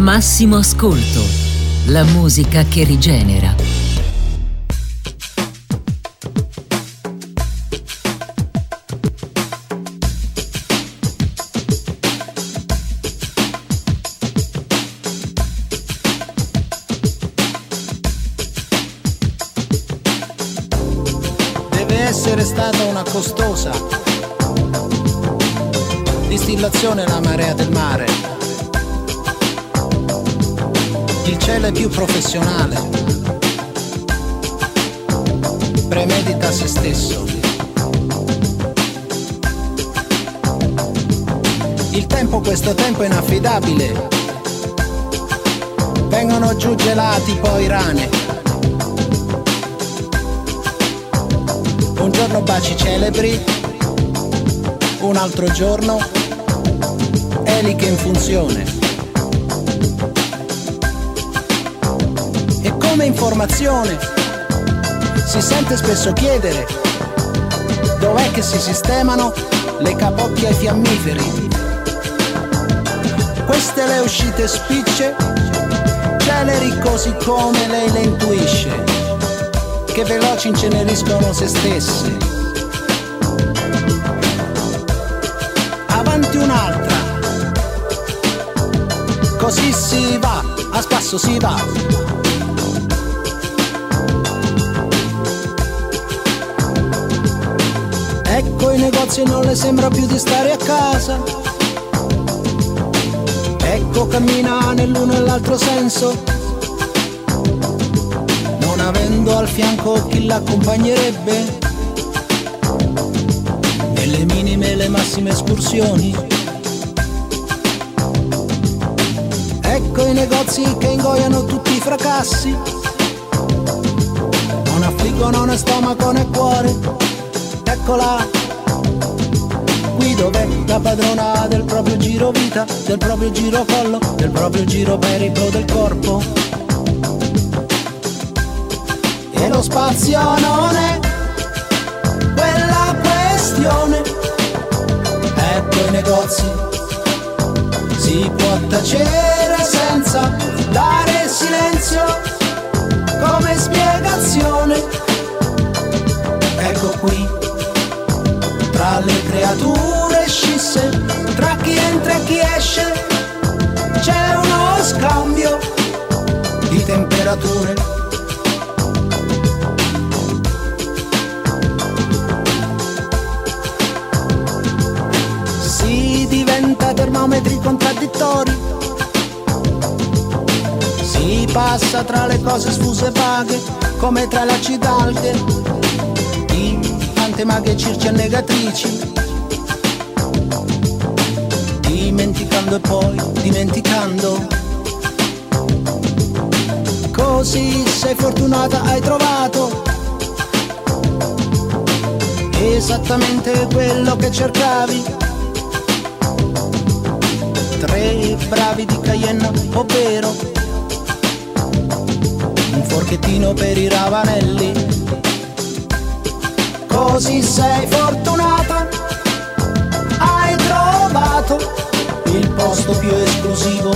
Massimo ascolto, la musica che rigenera. Deve essere stata una costosa distillazione la marea del mare. Il cielo è più professionale, premedita se stesso. Il tempo, questo tempo è inaffidabile. Vengono giù gelati, poi rane. Un giorno baci celebri, un altro giorno eliche in funzione. E come informazione si sente spesso chiedere dov'è che si sistemano le capocchie ai fiammiferi. Queste le uscite spicce, celeri così come lei le intuisce, che veloci inceneriscono se stesse. Avanti un'altra, così si va, a spasso si va. Ecco i negozi e non le sembra più di stare a casa. Ecco cammina nell'uno e l'altro senso, non avendo al fianco chi l'accompagnerebbe nelle minime e le massime escursioni. Ecco i negozi che ingoiano tutti i fracassi, non affliggono né stomaco né cuore. Eccola, qui dov'è la padrona del proprio giro vita, del proprio giro collo, del proprio giro periplo del corpo. E lo spazio non è quella questione. Ecco i negozi, si può tacere senza dare silenzio come spiegazione. Ecco qui, tra le creature scisse, tra chi entra e chi esce, c'è uno scambio di temperature. Si diventa termometri contraddittori, si passa tra le cose sfuse e vaghe, come tra le alghe, maghe circe negatrici, dimenticando e poi dimenticando. Così sei fortunata, hai trovato esattamente quello che cercavi. 3 bravi di Cayenne, ovvero un forchettino per i ravanelli. Così sei fortunata, hai trovato il posto più esclusivo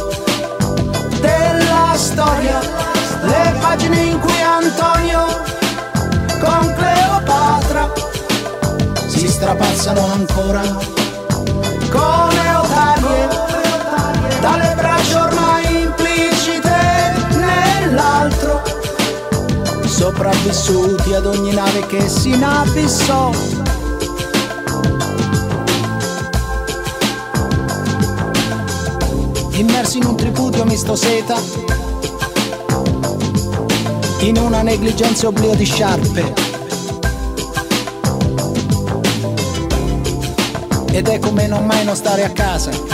della storia, le pagine in cui Antonio con Cleopatra si strapazzano ancora come otarie dalle braccia ormai implicite nell'altro, sopravvissuti ad ogni nave che si inabissò. Immersi in un tripudio misto seta, in una negligenza e oblio di sciarpe. Ed è come non mai non stare a casa.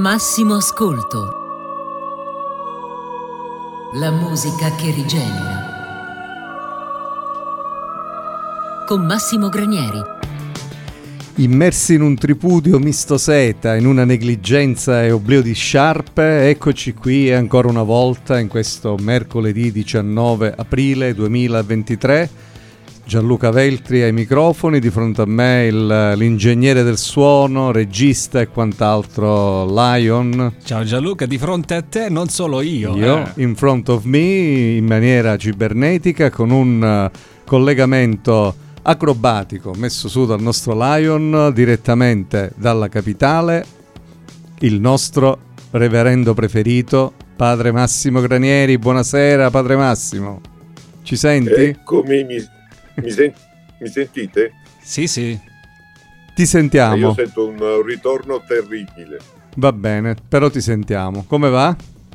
Massimo Ascolto. La musica che rigenera. Con Massimo Granieri. Immersi in un tripudio misto seta, in una negligenza e oblio di sciarpe, eccoci qui ancora una volta in questo mercoledì 19 aprile 2023. Gianluca Veltri ai microfoni, di fronte a me l'ingegnere del suono, regista e quant'altro, Lion. Ciao Gianluca, di fronte a te non solo io. In front of me, in maniera cibernetica, con un collegamento acrobatico messo su dal nostro Lion direttamente dalla capitale, il nostro reverendo preferito, padre Massimo Granieri. Buonasera padre Massimo, ci senti? Eccomi, mi sentite? Sì. Ti sentiamo. Io sento un ritorno terribile. Va bene, però ti sentiamo. Come va?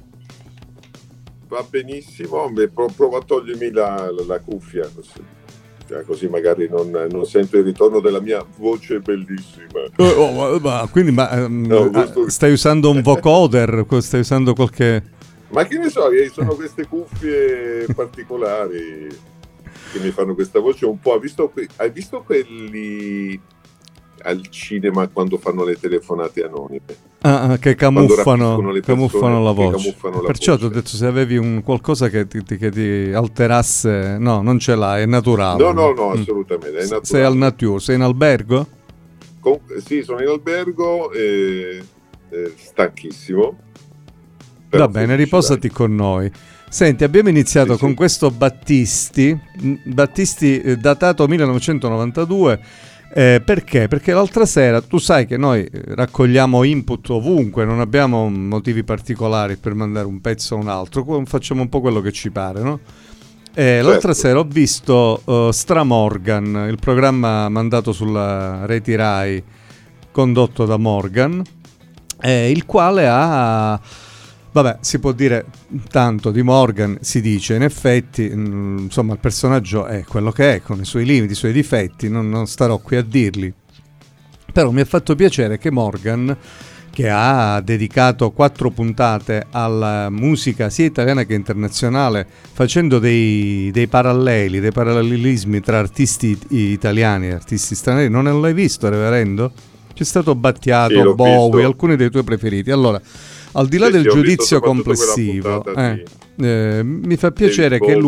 Va benissimo, provo a togliermi la cuffia così magari non sento il ritorno della mia voce bellissima. Quindi stai usando un vocoder? Stai usando qualche... Ma che ne so, sono queste cuffie particolari che mi fanno questa voce un po'. Hai visto quelli al cinema quando fanno le telefonate anonime? Che camuffano la voce. Perciò ti ho voce. detto, se avevi un qualcosa che ti alterasse. No, non ce l'hai, è naturale. No, assolutamente, è naturale. Sei al nature, sei in albergo? Sì, sono in albergo, stanchissimo. Va bene, riposati con noi. Senti, abbiamo iniziato con questo Battisti datato 1992. Perché? Perché l'altra sera, tu sai che noi raccogliamo input ovunque, non abbiamo motivi particolari per mandare un pezzo o un altro, facciamo un po' quello che ci pare, no? L'altra sera ho visto Stramorgan, il programma mandato sulla rete Rai, condotto da Morgan, il quale ha... Vabbè, si può dire tanto di Morgan, si dice, in effetti, insomma, il personaggio è quello che è, con i suoi limiti, i suoi difetti, non starò qui a dirli. Però mi ha fatto piacere che Morgan, che ha dedicato 4 puntate alla musica sia italiana che internazionale, facendo dei paralleli, dei parallelismi tra artisti italiani e artisti stranieri, non l'hai visto, reverendo? C'è stato Battiato, sì, Bowie, visto. Alcuni dei tuoi preferiti. Allora, al di là del giudizio complessivo, mi fa piacere che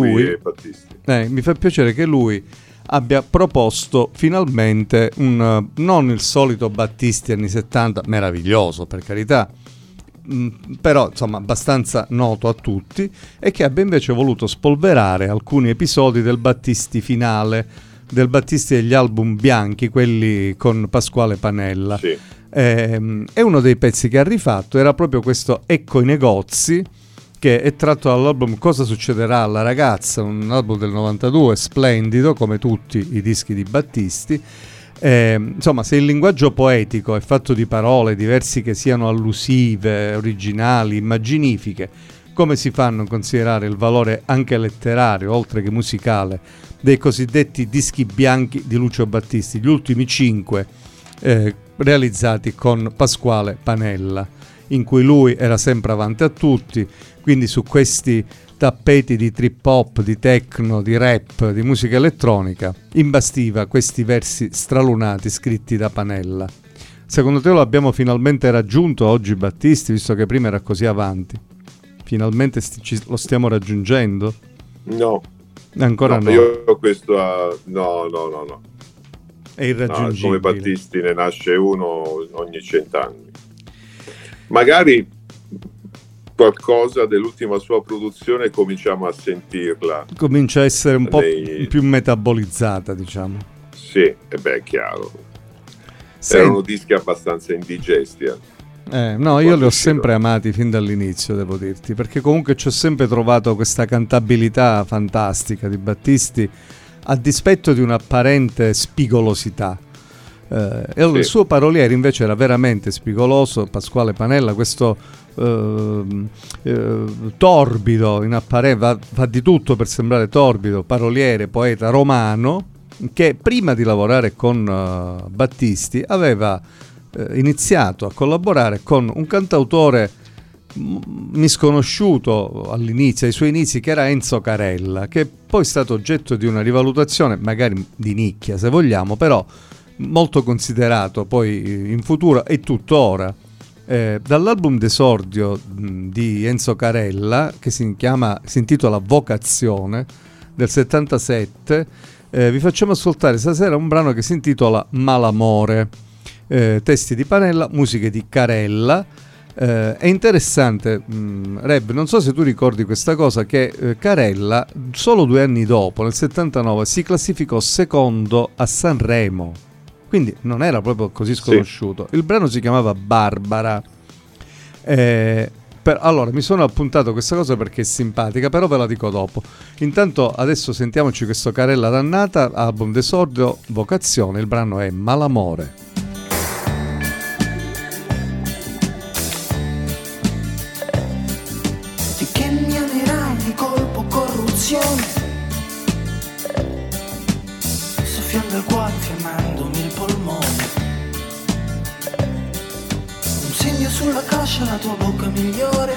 lui abbia proposto finalmente non il solito Battisti anni 70, meraviglioso per carità, però insomma abbastanza noto a tutti, e che abbia invece voluto spolverare alcuni episodi del Battisti finale, del Battisti degli album bianchi, quelli con Pasquale Panella. Sì. E uno dei pezzi che ha rifatto era proprio questo Ecco i negozi, che è tratto dall'album Cosa succederà alla ragazza, un album del 92 splendido come tutti i dischi di Battisti. Insomma, se il linguaggio poetico è fatto di parole, di versi che siano allusive, originali, immaginifiche, come si fanno a considerare il valore anche letterario oltre che musicale dei cosiddetti dischi bianchi di Lucio Battisti, gli ultimi 5 realizzati con Pasquale Panella, in cui lui era sempre avanti a tutti, quindi su questi tappeti di trip hop, di techno, di rap, di musica elettronica, imbastiva questi versi stralunati scritti da Panella. Secondo te lo abbiamo finalmente raggiunto oggi Battisti, visto che prima era così avanti? Finalmente lo stiamo raggiungendo? No. Ancora no. Io questo no. È irraggiungibile. Come Battisti ne nasce uno ogni 100 anni. Magari qualcosa dell'ultima sua produzione cominciamo a sentirla. Comincia a essere un po' più metabolizzata, diciamo. Sì, è chiaro. Erano dischi abbastanza indigesti. No, io li ho sempre amati fin dall'inizio, devo dirti, perché comunque ci ho sempre trovato questa cantabilità fantastica di Battisti, a dispetto di un'apparente spigolosità. Il suo paroliere invece era veramente spigoloso. Pasquale Panella, questo torbido in apparenza, fa di tutto per sembrare torbido, paroliere, poeta romano, che prima di lavorare con Battisti aveva iniziato a collaborare con un cantautore misconosciuto all'inizio, ai suoi inizi, che era Enzo Carella, che poi è stato oggetto di una rivalutazione magari di nicchia se vogliamo, però molto considerato poi in futuro e tuttora. Dall'album d'esordio di Enzo Carella, che si intitola Vocazione, del 77, vi facciamo ascoltare stasera un brano che si intitola Malamore, testi di Panella, musiche di Carella. È interessante, Reb, non so se tu ricordi questa cosa, che Carella solo 2 anni dopo, nel 79, si classificò secondo a Sanremo, quindi non era proprio così sconosciuto. Sì. Il brano si chiamava Barbara. Allora, mi sono appuntato questa cosa perché è simpatica, però ve la dico dopo. Intanto adesso sentiamoci questo Carella Dannata, album d'esordio, Vocazione, il brano è Malamore. Soffiando il cuore, infiammandomi il polmone. Un segno sulla coscia, la tua bocca migliore.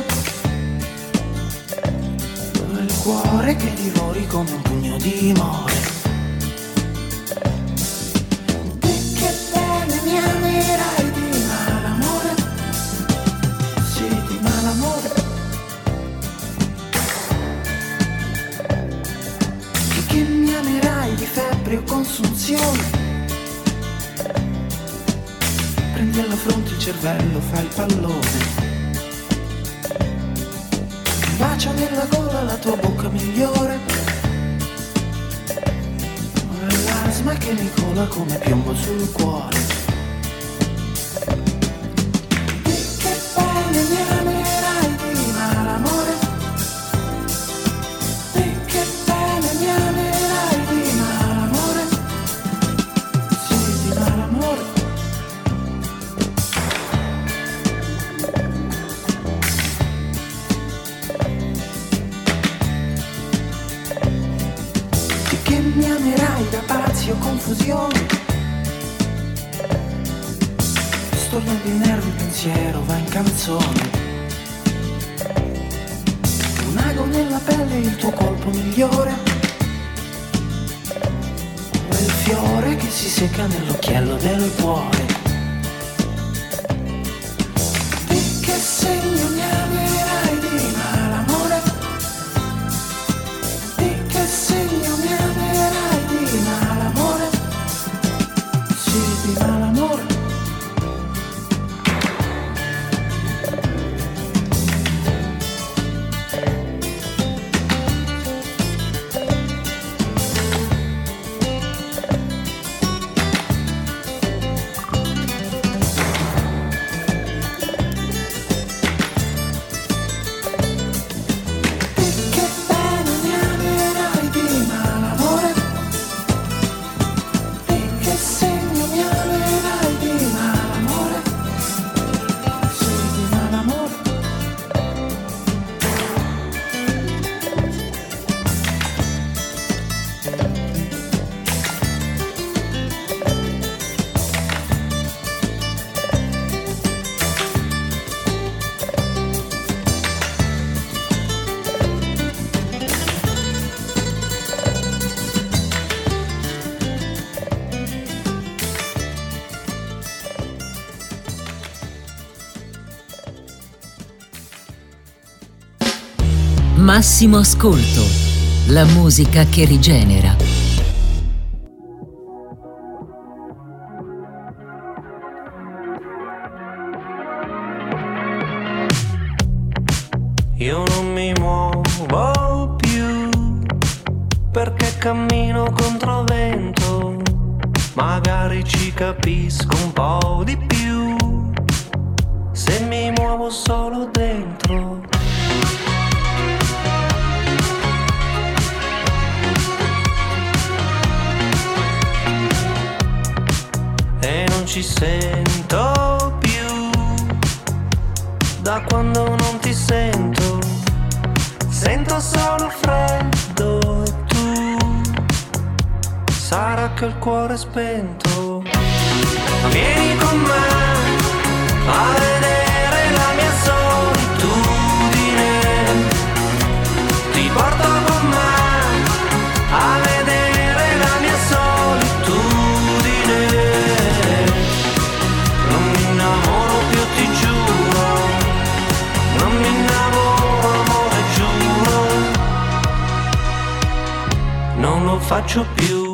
Dove il cuore che divori come un pugno di more. Te che bene mi amerai di malamore. Sì, di malamore. Che mi amerai di febbre o consunzione. Prendi alla fronte il cervello, fai il pallone. Bacia nella gola la tua bocca migliore. L'asma che mi cola come piombo sul cuore. Che bene mi amerai di malamore. Mi amerai da pazzi o confusione. Stornando i nervi, il pensiero va in canzone. Un ago nella pelle, il tuo colpo migliore. Il fiore che si secca nell'occhiello del cuore. Di che segno mi amerai di malamore. Di che segno mi amerai di malamore. Sì, di malamore. Massimo ascolto, la musica che rigenera. Io non mi muovo più perché cammino contro vento, magari ci capisco un po' di più se mi muovo solo dentro. E non ci sento più da quando non ti sento, sento solo freddo e tu, sarà che il cuore è spento. Vieni con me faccio più.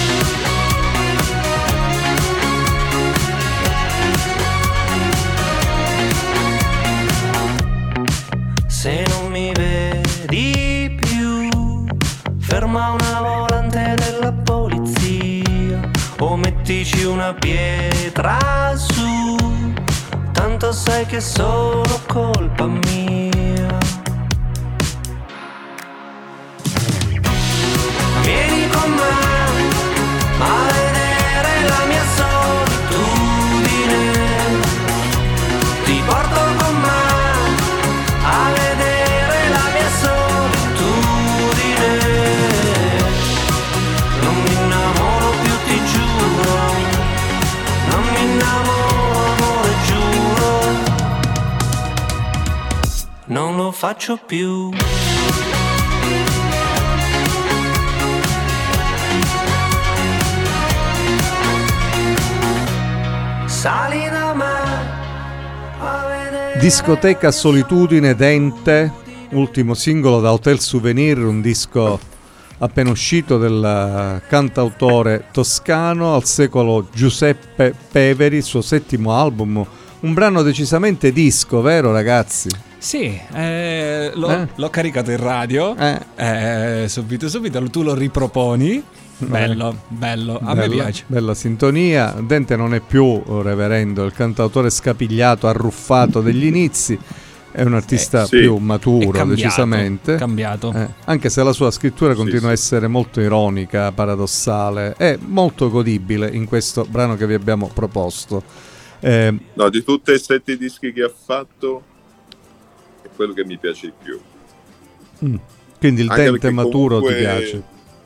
Se non mi vedi più, ferma una volante della polizia o mettici una pietra su, tanto sai che è solo colpa mia. Vieni con me a vedere la mia solitudine, ti porto con me a vedere la mia solitudine. Non mi innamoro più, ti giuro, non mi innamoro, amore, giuro, non lo faccio più. Sali da me a vedere. Discoteca Solitudine Dente, ultimo singolo da Hotel Souvenir, un disco appena uscito del cantautore toscano al secolo Giuseppe Peveri, il suo settimo album, un brano decisamente disco, vero ragazzi? Sì, l'ho caricato in radio, subito, tu lo riproponi. Bello, a me piace. Bella sintonia. Dente non è più reverendo, il cantautore scapigliato, arruffato degli inizi, è un artista sì, più maturo, è cambiato, decisamente. Cambiato. Anche se la sua scrittura continua a essere molto ironica, paradossale, è molto godibile in questo brano che vi abbiamo proposto. No, di tutti i 7 dischi che ha fatto è quello che mi piace di più. Quindi il Anche Dente perché maturo comunque, ti piace?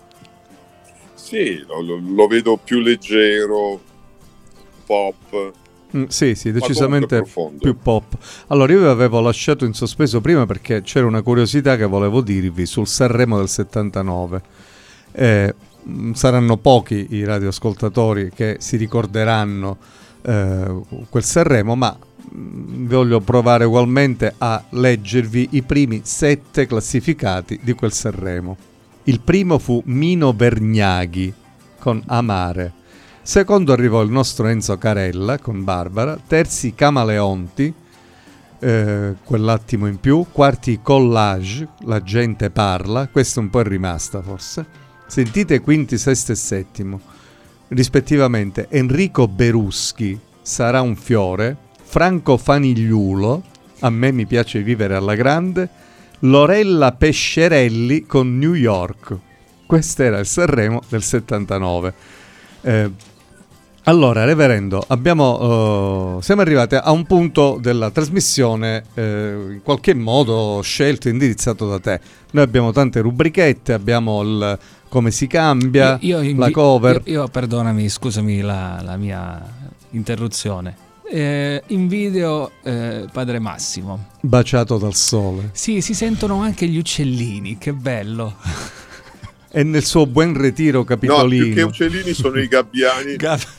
Sì, lo vedo più leggero, pop. Sì, decisamente profondo. più pop. Allora, io vi avevo lasciato in sospeso prima perché c'era una curiosità che volevo dirvi sul Sanremo del 79. Saranno pochi i radioascoltatori che si ricorderanno quel Sanremo, ma voglio provare ugualmente a leggervi i primi 7 classificati di quel Sanremo. Il primo fu Mino Vergnaghi con Amare. Secondo arrivò il nostro Enzo Carella con Barbara. Terzi Camaleonti, quell'attimo in più. Quarti Collage, La gente parla. Questa un po' è rimasta forse. Sentite quinti, sesto e settimo. Rispettivamente Enrico Beruschi, Sarà un fiore. Franco Fanigliulo, A me mi piace vivere alla grande. Lorella Pescerelli con New York. Questo era il Sanremo del 79. Allora, reverendo, siamo arrivati a un punto della trasmissione in qualche modo scelto, indirizzato da te. Noi abbiamo tante rubrichette, abbiamo il come si cambia, la cover. Io perdonami, scusami la mia interruzione. Invidio Padre Massimo. Baciato dal sole. Sì, si sentono anche gli uccellini, che bello. E nel suo buon ritiro capitolino. No, più che uccellini sono i gabbiani.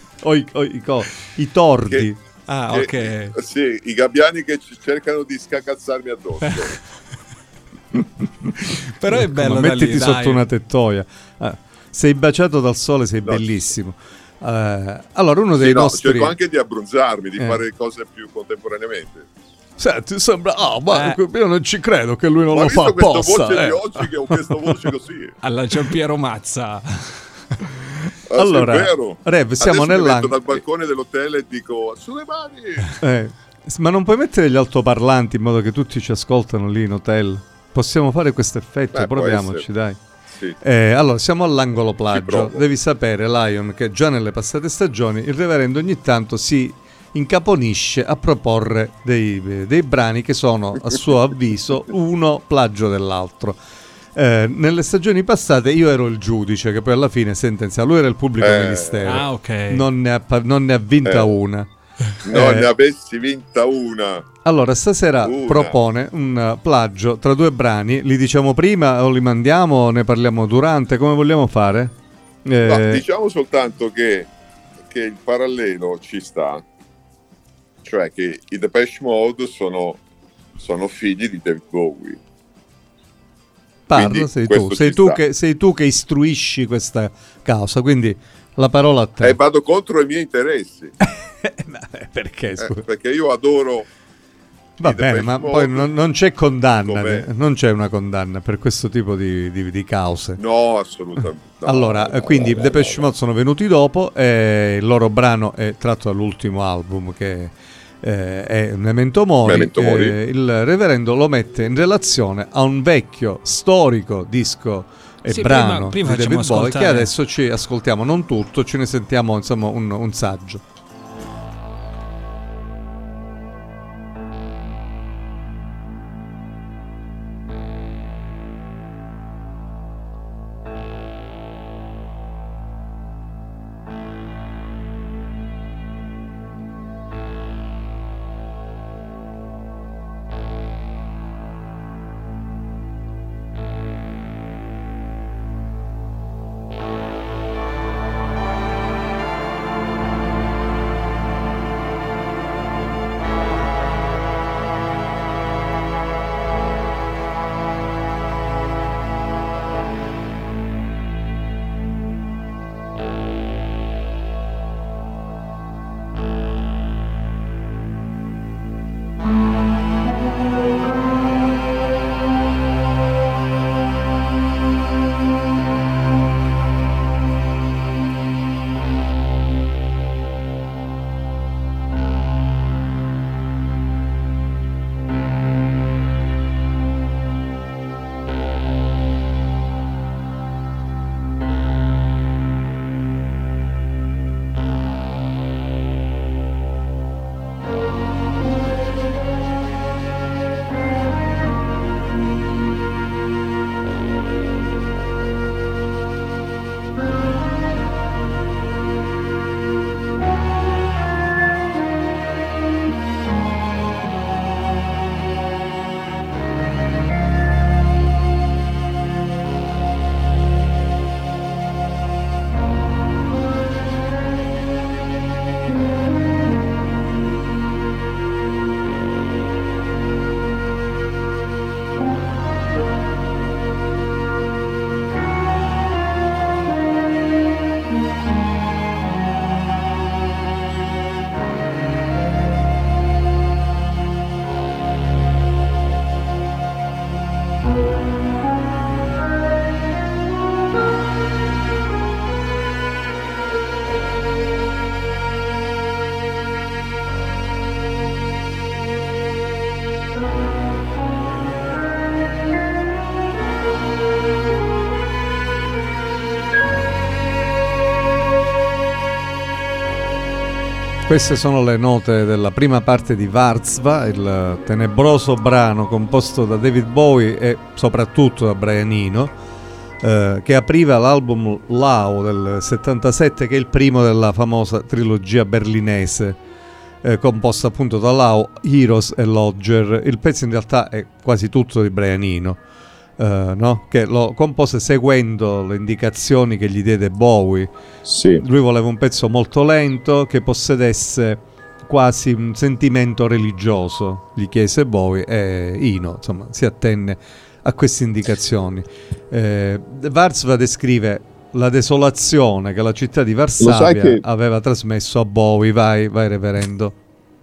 I tordi. Ok. Sì, i gabbiani che cercano di scacazzarmi addosso. Però è bello da mettiti lì, sotto dai. una tettoia. Sei baciato dal sole, sei bellissimo. Allora, uno dei nostri. Cerco anche di abbronzarmi, di fare cose più contemporaneamente. Senti, sembra. Io non ci credo che lui non Ma lo fa questa apposta. voce di oggi che ho questa voce così. Alla Giampiero Mazza. Allora, è vero. Rev, siamo Adesso mi nell'angolo. metto dal balcone dell'hotel e dico sulle mani. Ma non puoi mettere gli altoparlanti in modo che tutti ci ascoltano lì in hotel? Possiamo fare questo effetto? Proviamoci, dai. Sì. Allora, siamo all'angolo plagio. provo. Devi sapere, Lion, che già nelle passate stagioni il reverendo ogni tanto si incaponisce a proporre dei brani che sono, a suo avviso, uno plagio dell'altro. Nelle stagioni passate io ero il giudice che poi alla fine sentenzia. Lui era il pubblico ministero. Ok. Non ne ha vinta una. Non ne avessi vinta una. Allora, stasera propone un plagio tra 2 brani. Li diciamo prima o li mandiamo o ne parliamo durante? Come vogliamo fare? No, diciamo soltanto che il parallelo ci sta. Cioè che i Depeche Mode sono figli di David Bowie. parla, sei tu che istruisci questa causa, quindi la parola a te. Vado contro i miei interessi. Perché? Perché io adoro. Va bene, ma poi non c'è condanna, non c'è una condanna per questo tipo di cause. No, assolutamente. Allora, quindi Depeche Mode sono venuti dopo e il loro brano è tratto dall'ultimo album che è Memento Mori. Il reverendo lo mette in relazione a un vecchio storico disco e brano prima di David Bowie che adesso ci ascoltiamo, non tutto, ce ne sentiamo insomma un saggio. Queste sono le note della prima parte di Vartsva, il tenebroso brano composto da David Bowie e soprattutto da Brian Eno, che apriva l'album Lao del 77, che è il primo della famosa trilogia berlinese, composta appunto da Lao, Heroes e Lodger. Il pezzo in realtà è quasi tutto di Brian Eno, no? Che lo compose seguendo le indicazioni che gli diede Bowie. Sì. Lui voleva un pezzo molto lento che possedesse quasi un sentimento religioso, gli chiese Bowie, e Eno insomma si attenne a queste indicazioni. Vartsva descrive la desolazione che la città di Varsavia aveva trasmesso a Bowie. Vai reverendo.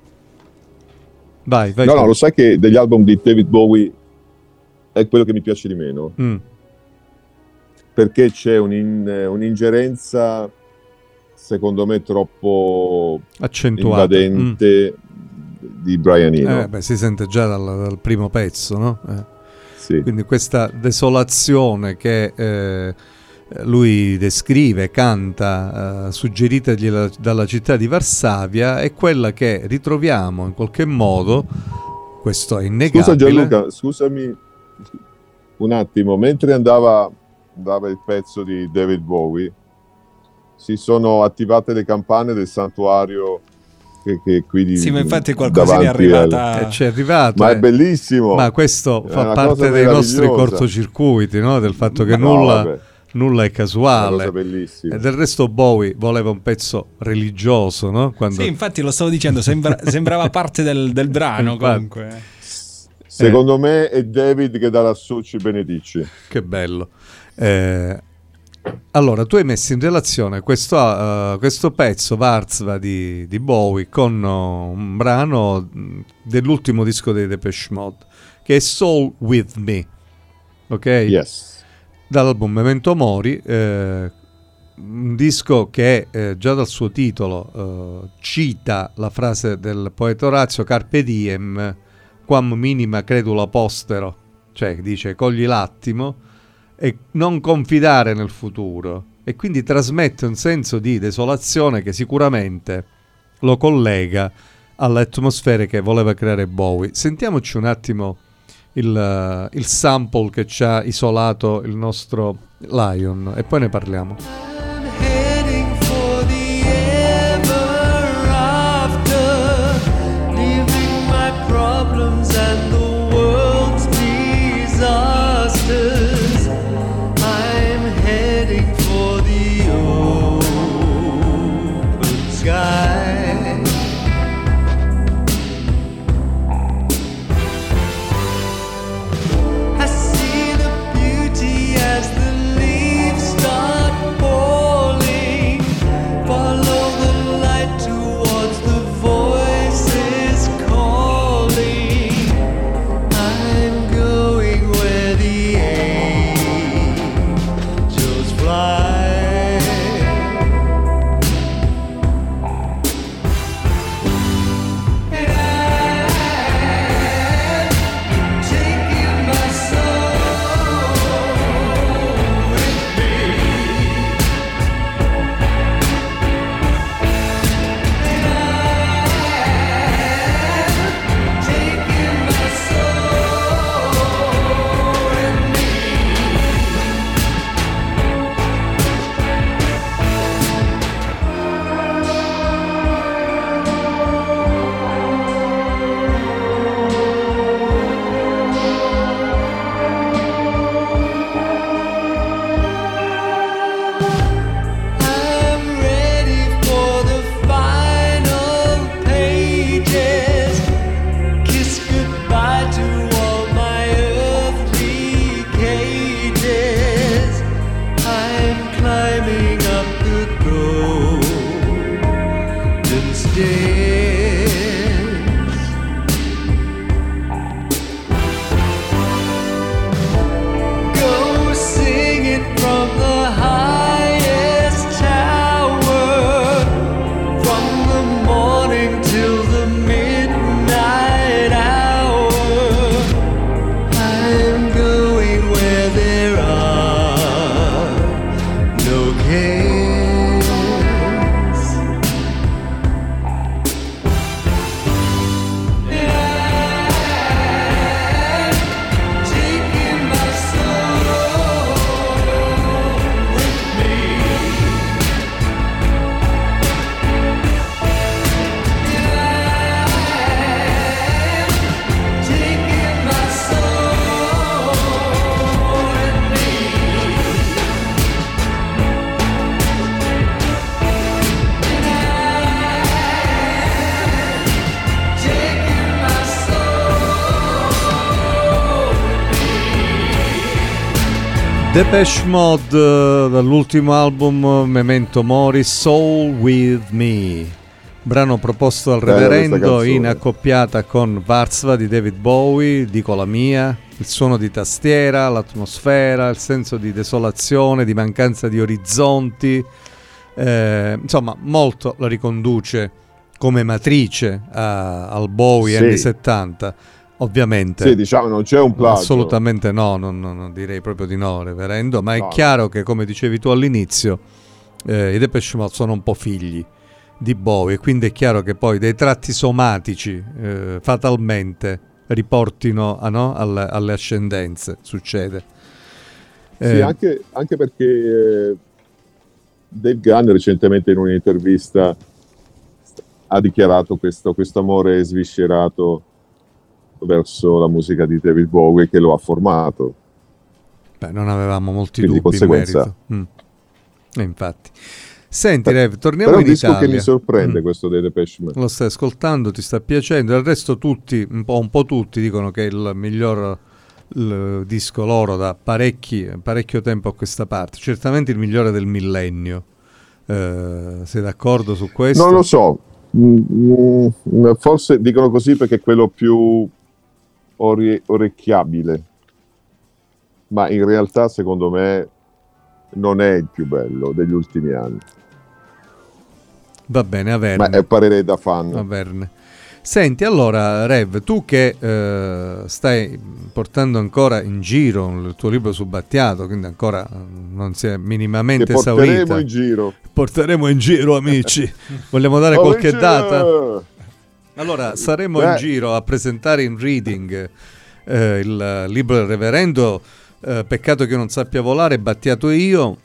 Vai. No, lo sai che degli album di David Bowie è quello che mi piace di meno, perché c'è un'ingerenza secondo me troppo accentuata, invadente di Brian Eno. Si sente già dal primo pezzo, no? Sì. Quindi questa desolazione che lui descrive, canta, suggeritagli dalla città di Varsavia, è quella che ritroviamo in qualche modo, questo è innegabile. Scusa Gianluca, scusami un attimo, mentre andava il pezzo di David Bowie si sono attivate le campane del santuario che qui sì, ma infatti qualcosa è arrivata c'è arrivato, ma è bellissimo, ma questo fa parte dei nostri cortocircuiti, no? Del fatto che nulla è casuale, e del resto Bowie voleva un pezzo religioso, no? Sì, infatti lo stavo dicendo, sembrava parte del brano comunque. Secondo me è David che da lassù ci benedici. Che bello. Allora, tu hai messo in relazione questo pezzo Varsva di Bowie con un brano dell'ultimo disco dei Depeche Mode, che è Soul With Me, ok? Yes. Dall'album Memento Mori, un disco che già dal suo titolo cita la frase del poeta Orazio: Carpe diem, quam minima credula postero, cioè dice cogli l'attimo e non confidare nel futuro, e quindi trasmette un senso di desolazione che sicuramente lo collega alle atmosfere che voleva creare Bowie. Sentiamoci un attimo il sample che ci ha isolato il nostro Lion e poi ne parliamo. Depeche Mode dall'ultimo album Memento Mori, Soul With Me, brano proposto dal Reverendo in accoppiata con Varsva di David Bowie, dico la mia, il suono di tastiera, l'atmosfera, il senso di desolazione, di mancanza di orizzonti, insomma molto la riconduce come matrice al Bowie anni 70. Ovviamente. Sì, diciamo non c'è un plagio. Assolutamente no, non direi proprio di no, Reverendo, ma è chiaro che, come dicevi tu all'inizio, i Depeche Mode sono un po' figli di Bowie, quindi è chiaro che poi dei tratti somatici fatalmente riportino alle ascendenze, succede. Sì, anche perché Dave Gunn recentemente in un'intervista ha dichiarato questo amore sviscerato verso la musica di David Bowie che lo ha formato. Beh, non avevamo molti dubbi in merito. Infatti. Senti Rev, torniamo Però in è un disco Italia. che mi sorprende, questo dei Depeche Mode. Lo stai ascoltando, ti sta piacendo? Del resto tutti, un po' tutti dicono che è il miglior disco loro da parecchio tempo a questa parte. Certamente il migliore del millennio. Sei d'accordo su questo? Non lo so. Forse dicono così perché è quello più orecchiabile. Ma in realtà, secondo me, non è il più bello degli ultimi anni. Va bene, Averne. Ma è parere da fan. Averne. Senti, allora, Rev, tu che stai portando ancora in giro il tuo libro su Battiato, quindi ancora non si è minimamente esaurita. Porteremo in giro, amici. Vogliamo dare qualche data? Allora, saremo in giro a presentare in reading il libro del Reverendo, Peccato che non sappia volare, Battiato e io.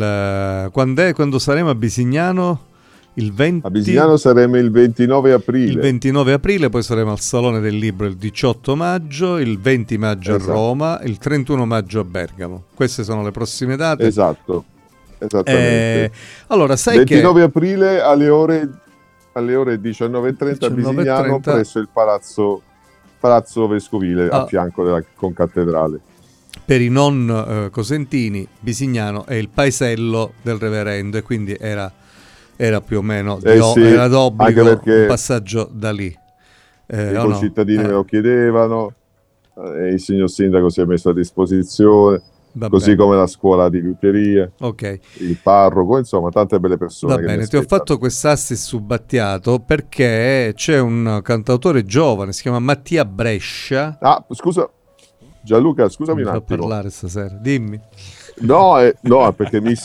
Quando saremo a Bisignano? Il 20... A Bisignano saremo il 29 aprile. Il 29 aprile, poi saremo al Salone del Libro il 18 maggio, il 20 maggio a Roma, il 31 maggio a Bergamo. Queste sono le prossime date. Esatto, esattamente. Allora, sai 29 aprile alle ore 19:30 a Bisignano, presso il Palazzo Vescovile, a fianco della concattedrale. Per i non cosentini, Bisignano è il paesello del Reverendo e quindi era più o meno era d'obbligo un passaggio da lì. I cittadini me lo chiedevano, e il signor Sindaco si è messo a disposizione, così come la scuola di liuteria, il parroco, insomma tante belle persone. Va bene, ti ho fatto quest'assist su Battiato perché c'è un cantautore giovane, si chiama Mattia Brescia. Ah, scusa Gianluca, scusami un attimo. Non parlare stasera, dimmi. No, perché mi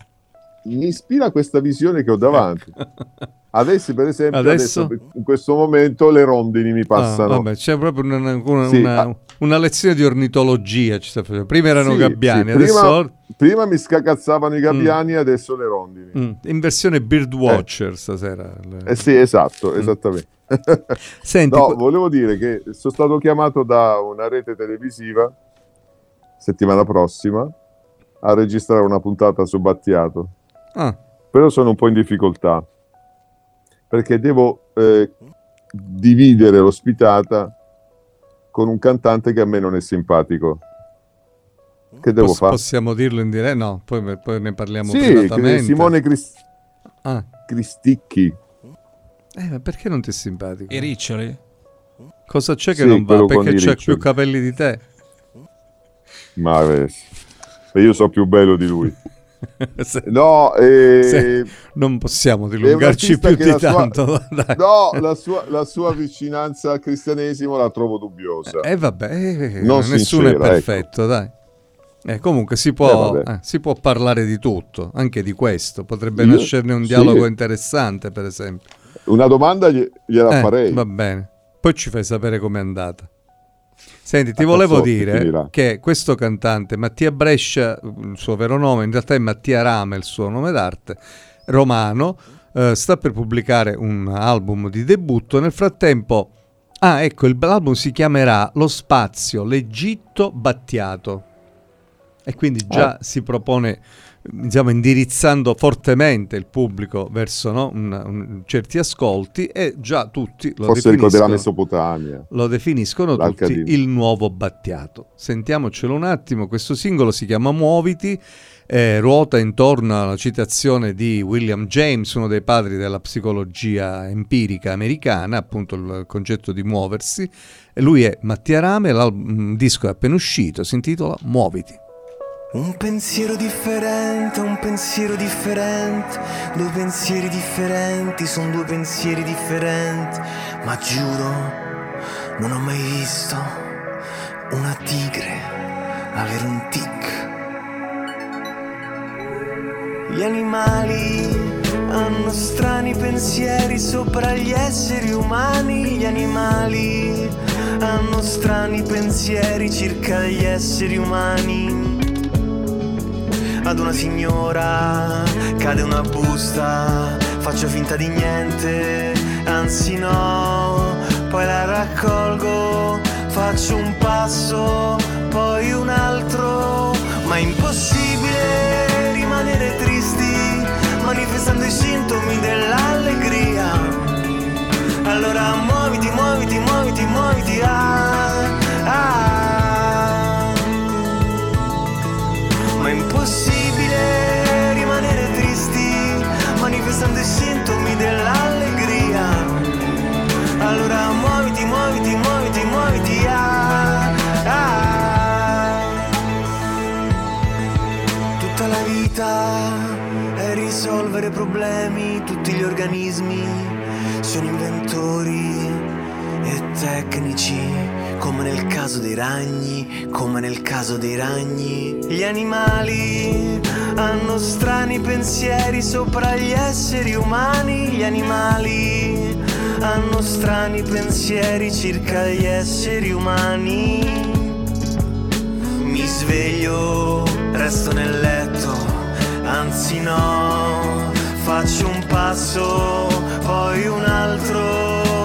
ispira questa visione che ho davanti. Adesso, per esempio, in questo momento le rondini mi passano. Vabbè, c'è proprio una lezione di ornitologia. Prima erano gabbiani, adesso... Prima mi scacazzavano i gabbiani, adesso le rondini. In versione Birdwatcher stasera. Sì, esatto, esattamente. Senti, volevo dire che sono stato chiamato da una rete televisiva settimana prossima a registrare una puntata su Battiato. Però sono un po' in difficoltà perché devo dividere l'ospitata con un cantante che a me non è simpatico. Che devo fare? Possiamo dirlo in diretta? No, poi ne parliamo privatamente. Simone Cristicchi. Ma perché non ti è simpatico? I riccioli? Cosa c'è che non va? Perché c'ha più capelli di te? Ma io so più bello di lui. Non possiamo dilungarci più di tanto. La sua vicinanza al cristianesimo la trovo dubbiosa. Nessuno è perfetto, dai. Comunque si può parlare di tutto, anche di questo. Potrebbe nascerne un dialogo interessante, per esempio. Una domanda gliela farei. Va bene, poi ci fai sapere com'è andata. Senti, ti volevo dire che questo cantante, Mattia Brescia, il suo vero nome, in realtà è Mattia Rame, il suo nome d'arte, romano, sta per pubblicare un album di debutto. Nel frattempo, l'album si chiamerà Lo Spazio, l'Egitto Battiato. E quindi già si propone, indirizzando fortemente il pubblico verso certi ascolti, e già tutti della Mesopotamia lo definiscono tutti il nuovo Battiato. Sentiamocelo un attimo. Questo singolo si chiama Muoviti, ruota intorno alla citazione di William James, uno dei padri della psicologia empirica americana, appunto il concetto di muoversi. E lui è Mattia Rame, il disco è appena uscito, si intitola Muoviti. Un pensiero differente, due pensieri differenti, sono due pensieri differenti, ma giuro, non ho mai visto una tigre avere un tic. Gli animali hanno strani pensieri sopra gli esseri umani, gli animali hanno strani pensieri circa gli esseri umani. Ad una signora cade una busta, faccio finta di niente, anzi no, poi la raccolgo, faccio un passo, poi un altro, ma è impossibile rimanere tristi, manifestando i sintomi dell'allegria. Allora muoviti, muoviti, muoviti, muoviti, Ma è impossibile rimanere tristi, manifestando i sintomi dell'allegria. Allora muoviti, muoviti, muoviti, muoviti, Tutta la vita è risolvere problemi, tutti gli organismi sono inventori e tecnici, come nel caso dei ragni, come nel caso dei ragni. Gli animali hanno strani pensieri sopra gli esseri umani, gli animali hanno strani pensieri circa gli esseri umani. Mi sveglio, resto nel letto, anzi no, faccio un passo, poi un altro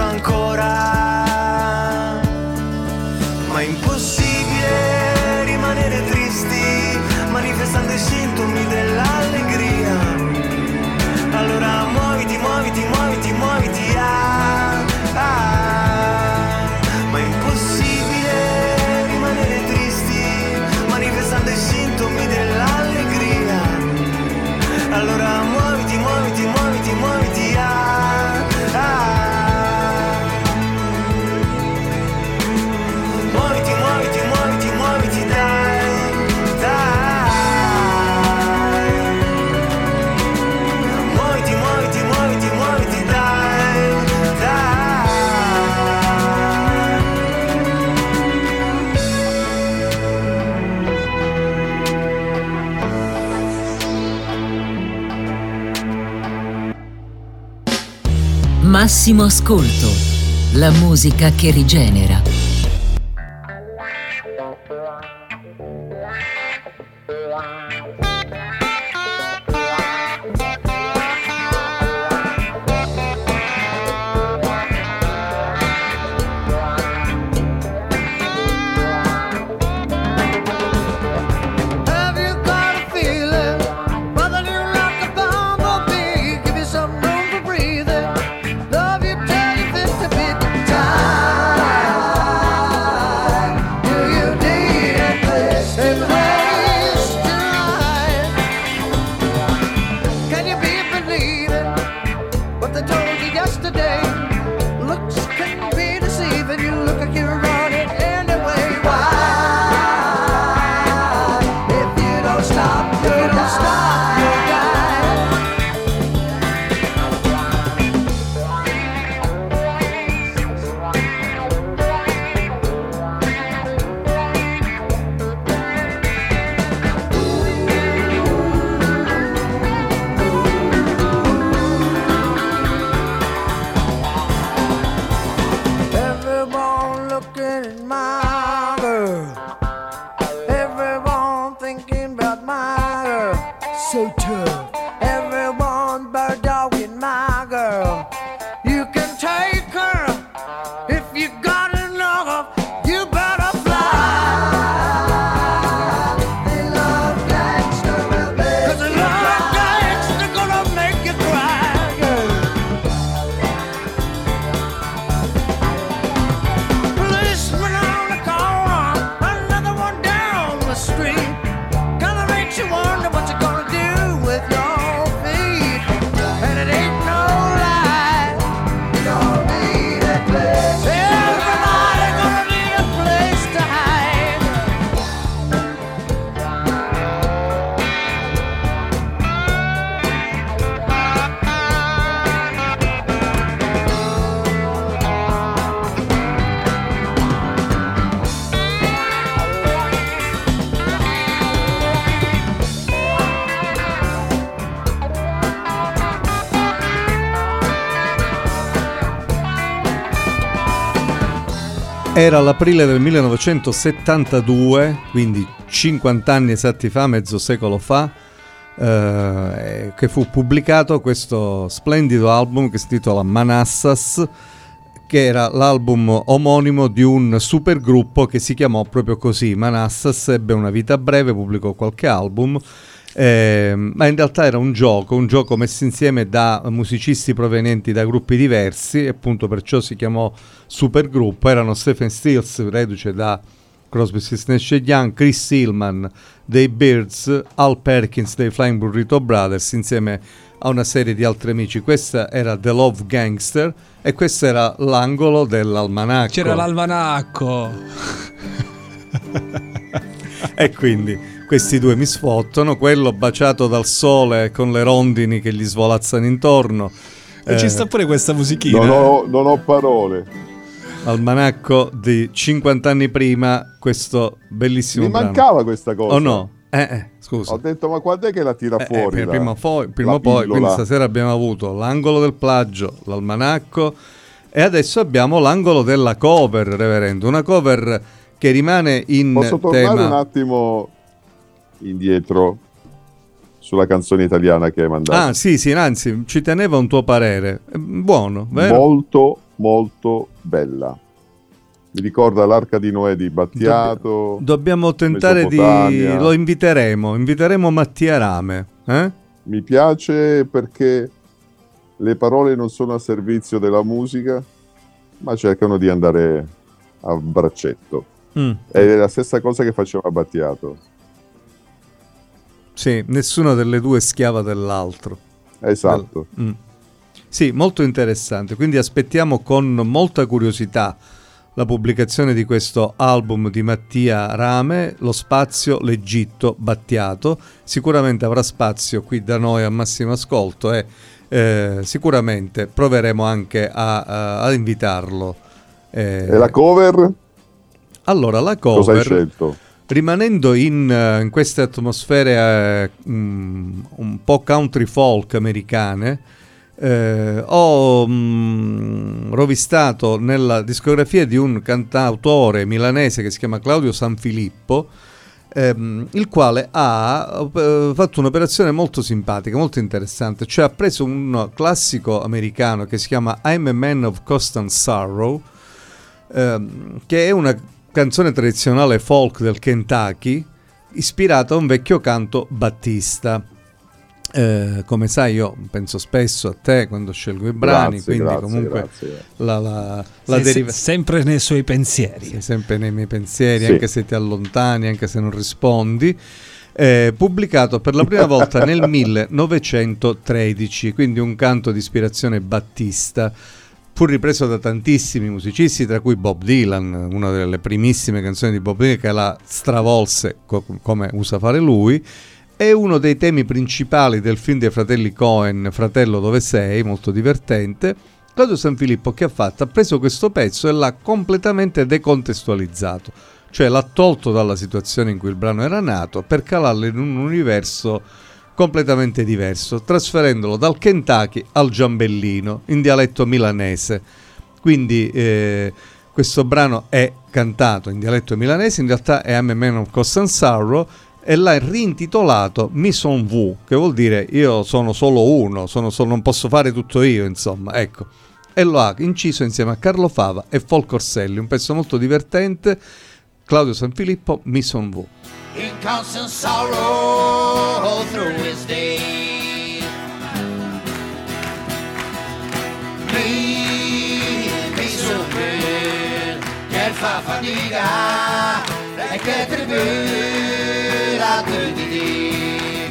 ancora. Ma è impossibile rimanere tristi, manifestando i sintomi dell'allegria. Allora muoviti, muoviti, muoviti, muoviti, Ma è impossibile rimanere tristi, manifestando i sintomi dell'allegria. Allora muoviti, muoviti, muoviti, muoviti, Muoviti, muoviti, muoviti, muoviti, dai, dai. Muoviti, muoviti, muoviti, muoviti, dai, dai. Massimo ascolto, la musica che rigenera. Era l'aprile del 1972, quindi 50 anni esatti fa, mezzo secolo fa, che fu pubblicato questo splendido album che si intitola Manassas, che era l'album omonimo di un supergruppo che si chiamò proprio così. Manassas ebbe una vita breve, pubblicò qualche album ma in realtà era un gioco messo insieme da musicisti provenienti da gruppi diversi, e appunto perciò si chiamò supergruppo. Erano Stephen Stills, reduce da Crosby, Stills, Nash & Young, Chris Hillman dei Byrds, Al Perkins dei Flying Burrito Brothers, insieme a una serie di altri amici. Questa era The Love Gangster e questo era l'angolo dell'almanacco. C'era l'almanacco. E quindi questi due mi sfottono, quello baciato dal sole con le rondini che gli svolazzano intorno. E ci sta pure questa musichina. Non ho parole. Almanacco di 50 anni prima, questo bellissimo Mi brano. mancava questa cosa. Oh no? Scusa. Ho detto, ma quando è che la tira fuori? Prima o poi, quindi stasera abbiamo avuto l'angolo del plagio, l'almanacco, e adesso abbiamo l'angolo della cover, reverendo. Una cover che rimane in Posso tornare tema... un attimo indietro sulla canzone italiana che hai mandato? Ah, sì, anzi, ci teneva un tuo parere. Buono, vero? Molto, molto bella. Mi ricorda l'Arca di Noè di Battiato. Dobbiamo tentare lo inviteremo Mattia Rame. Mi piace perché le parole non sono a servizio della musica, ma cercano di andare a braccetto. È la stessa cosa che faceva Battiato. Sì, nessuna delle due è schiava dell'altro. Esatto. Sì, molto interessante. Quindi aspettiamo con molta curiosità la pubblicazione di questo album di Mattia Rame, Lo Spazio, l'Egitto, Battiato. Sicuramente avrà spazio qui da noi a Massimo Ascolto e sicuramente proveremo anche a invitarlo. E la cover? Allora, la cover... Cosa hai scelto? Rimanendo in queste atmosfere un po' country folk americane, ho rovistato nella discografia di un cantautore milanese che si chiama Claudio Sanfilippo, il quale ha fatto un'operazione molto simpatica, molto interessante. Cioè ha preso un classico americano che si chiama I'm a Man of Constant Sorrow, che è una canzone tradizionale folk del Kentucky ispirata a un vecchio canto battista. Come sai, io penso spesso a te quando scelgo i brani, quindi comunque grazie. Sempre nei suoi pensieri. Sei sempre nei miei pensieri, sì. Anche se ti allontani, anche se non rispondi. Pubblicato per la prima volta nel 1913, quindi un canto di ispirazione battista. Fu ripreso da tantissimi musicisti, tra cui Bob Dylan, una delle primissime canzoni di Bob Dylan che la stravolse come usa fare lui. È uno dei temi principali del film dei fratelli Coen, Fratello dove sei, molto divertente. Claudio Sanfilippo che ha fatto? Ha preso questo pezzo e l'ha completamente decontestualizzato, cioè l'ha tolto dalla situazione in cui il brano era nato per calarlo in un universo completamente diverso, trasferendolo dal Kentucky al giambellino in dialetto milanese. Quindi questo brano è cantato in dialetto milanese, in realtà è I'm a Man of Constant Sorrow, e l'ha rintitolato Mi son vu, che vuol dire io sono solo uno, non posso fare tutto io, insomma, ecco. E lo ha inciso insieme a Carlo Fava e Folk Orselli, un pezzo molto divertente. Claudio Sanfilippo, Mi son vu. In constant sorrow through his days, mi son vu, che fa fatica e che tribula tutti i dì.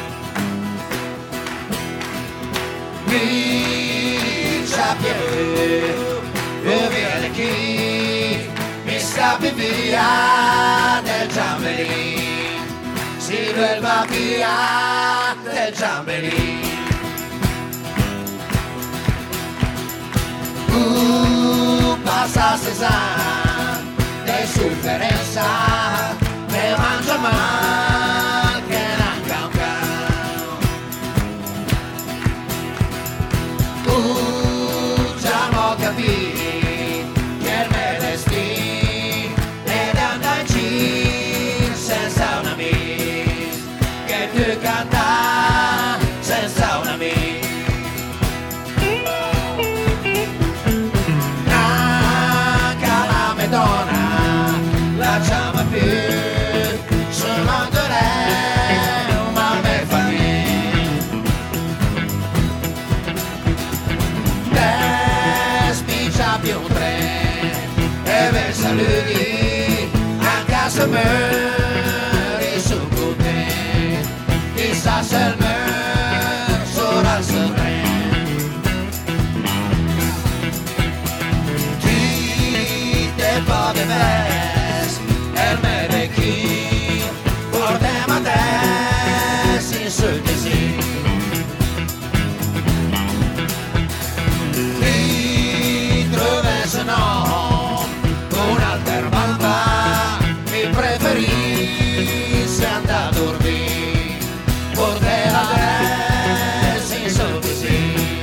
Mi sappia via di chi mi scappi via del giambellino. Si va via del giambellino. Passa Cesare de sofferenza, ne mangia mal che non già l'ho capito che il mio destino è di andarci senza un amico, che tu canta senza un amico. Anche la Madonna lasciami lui a casa meri su con te, chissà se il mer sarà sereno. Ti te pode ves, el me de chi, portem a te, si su di si. Ti troves no, con alter bamba, mi preferì se andà a dormire, portem a te, si su di si.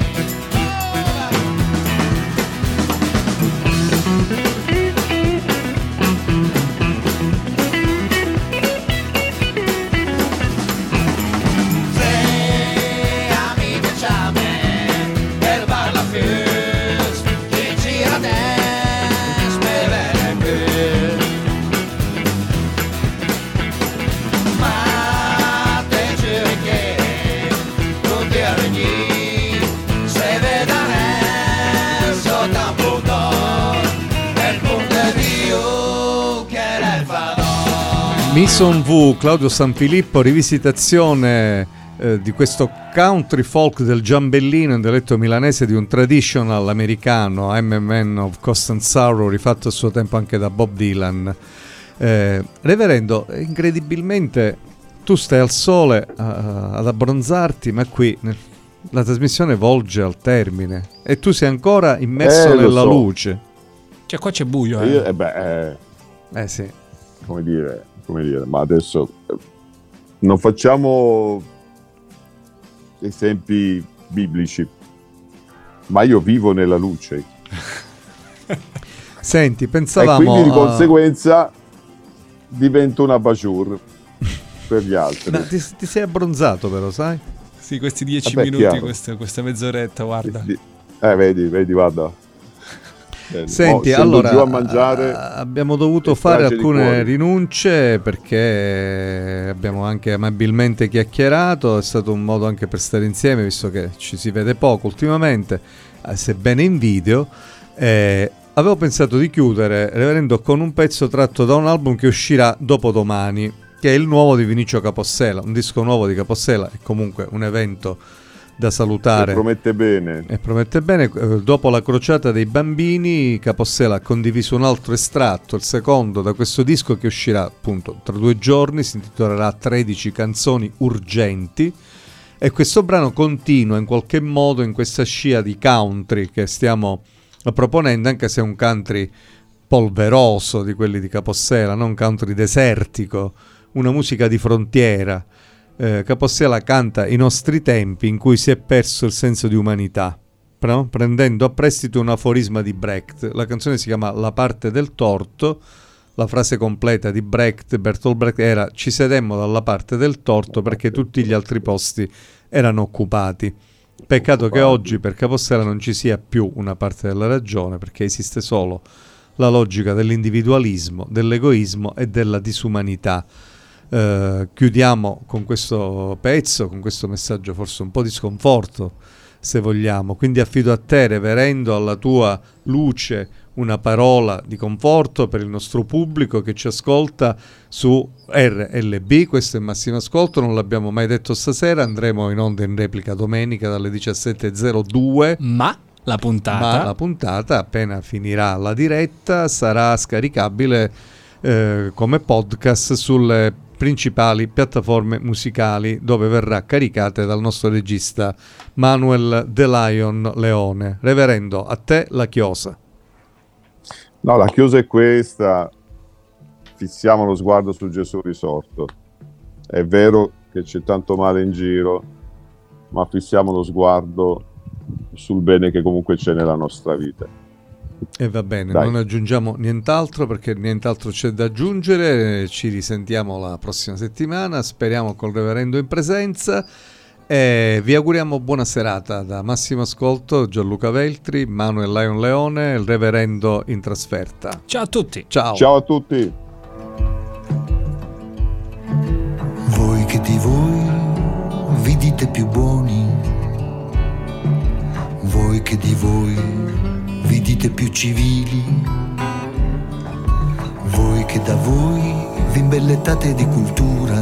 Mason V, Claudio Sanfilippo, rivisitazione di questo country folk del giambellino in dialetto milanese di un traditional americano, I'm a Man of Constant Sorrow, rifatto a suo tempo anche da Bob Dylan. Reverendo, incredibilmente tu stai al sole ad abbronzarti, ma qui la trasmissione volge al termine e tu sei ancora immerso nella luce. Cioè qua c'è buio, sì. Come dire, ma adesso non facciamo esempi biblici, ma io vivo nella luce. Senti, pensavamo... E quindi di conseguenza divento una bajur per gli altri. Ma ti sei abbronzato però, sai? Sì, questi 10 minuti, questa mezz'oretta, guarda. Vedi, guarda. Senti, allora giù a mangiare, abbiamo dovuto fare alcune rinunce perché abbiamo anche amabilmente chiacchierato, è stato un modo anche per stare insieme visto che ci si vede poco ultimamente, sebbene in video. Avevo pensato di chiudere, Reverendo, con un pezzo tratto da un album che uscirà dopodomani, che è il nuovo di Vinicio Capossela, un disco nuovo di Capossela, è comunque un evento da salutare. E promette bene. Dopo la crociata dei bambini, Capossela ha condiviso un altro estratto, il secondo da questo disco che uscirà appunto tra 2 giorni, si intitolerà 13 canzoni urgenti, e questo brano continua in qualche modo in questa scia di country che stiamo proponendo, anche se è un country polveroso di quelli di Capossela, non country desertico, una musica di frontiera. Capossela canta i nostri tempi in cui si è perso il senso di umanità, no? Prendendo a prestito un aforisma di Brecht. La canzone si chiama La parte del torto. La frase completa di Bertolt Brecht era: ci sedemmo dalla parte del torto perché tutti gli altri posti erano occupati. Peccato che oggi per Capossela non ci sia più una parte della ragione, perché esiste solo la logica dell'individualismo, dell'egoismo e della disumanità. Chiudiamo con questo pezzo, con questo messaggio forse un po' di sconforto, se vogliamo. Quindi affido a te, Reverendo, alla tua luce, una parola di conforto per il nostro pubblico che ci ascolta su RLB. Questo è Massimo Ascolto, non l'abbiamo mai detto stasera, andremo in onda in replica domenica dalle 17.02. Ma la puntata, appena finirà la diretta, sarà scaricabile come podcast sulle principali piattaforme musicali, dove verrà caricata dal nostro regista Manuel De Lion Leone. Reverendo, a te la chiosa. No, la chiosa è questa: fissiamo lo sguardo su Gesù risorto. È vero che c'è tanto male in giro, ma fissiamo lo sguardo sul bene che comunque c'è nella nostra vita. E va bene, Dai. Non aggiungiamo nient'altro perché nient'altro c'è da aggiungere. Ci risentiamo la prossima settimana, speriamo col Reverendo in presenza, e vi auguriamo buona serata da Massimo Ascolto, Gianluca Veltri, Manuel Lion Leone, il Reverendo in trasferta. Ciao a tutti. Ciao a tutti. Voi che di voi vi dite più buoni, voi che di voi vi dite più civili, che da voi vi imbellettate di cultura,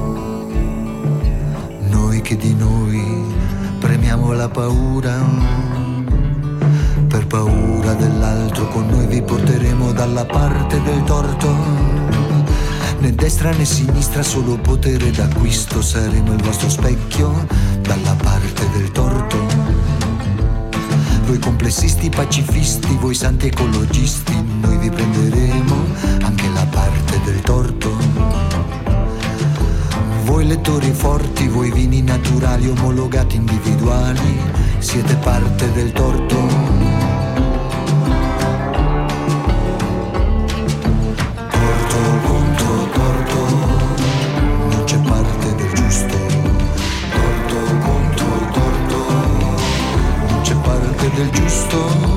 noi che di noi premiamo la paura, per paura dell'altro con noi vi porteremo dalla parte del torto, né destra né sinistra, solo potere d'acquisto, saremo il vostro specchio dalla parte del torto. Voi complessisti pacifisti, voi santi ecologisti, noi vi prenderemo anche la parte del torto. Voi lettori forti, voi vini naturali omologati individuali, siete parte del torto. Del giusto.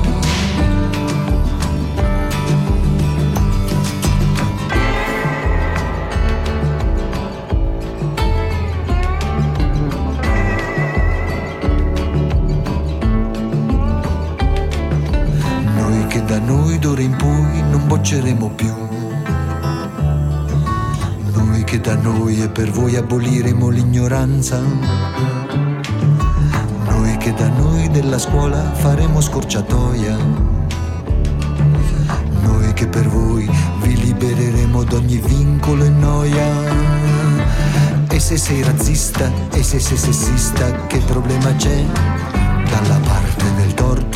Noi che da noi d'ora in poi non bocceremo più, noi che da noi e per voi aboliremo l'ignoranza, che da noi della scuola faremo scorciatoia, noi che per voi vi libereremo d'ogni vincolo e noia. E se sei razzista, e se sei sessista, che problema c'è dalla parte del torto?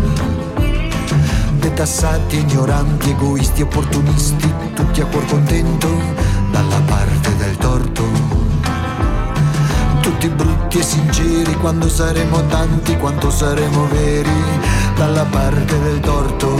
Detassati, ignoranti, egoisti, opportunisti, tutti a cuor contento dalla parte del torto. Tutti brutti e sinceri, quando saremo tanti, quanto saremo veri, dalla parte del torto.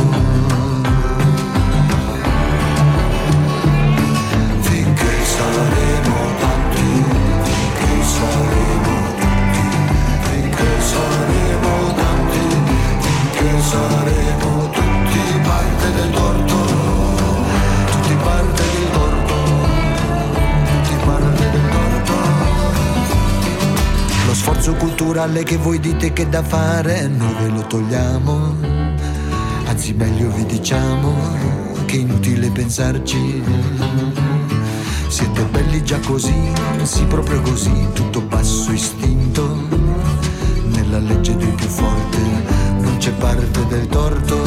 Finché saremo tanti, finché saremo tutti, finché saremo tanti, finché saremo tutti parte del torto, tutti parte del torto, tutti parte del torto. Lo sforzo culturale che voi dite che è da fare, noi ve lo togliamo, anzi meglio vi diciamo che è inutile pensarci. Siete belli già così, sì proprio così, tutto basso istinto, nella legge del più forte non c'è parte del torto,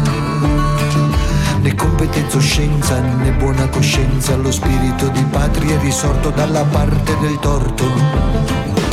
né competenza o scienza né buona coscienza, lo spirito di patria è risorto dalla parte del torto.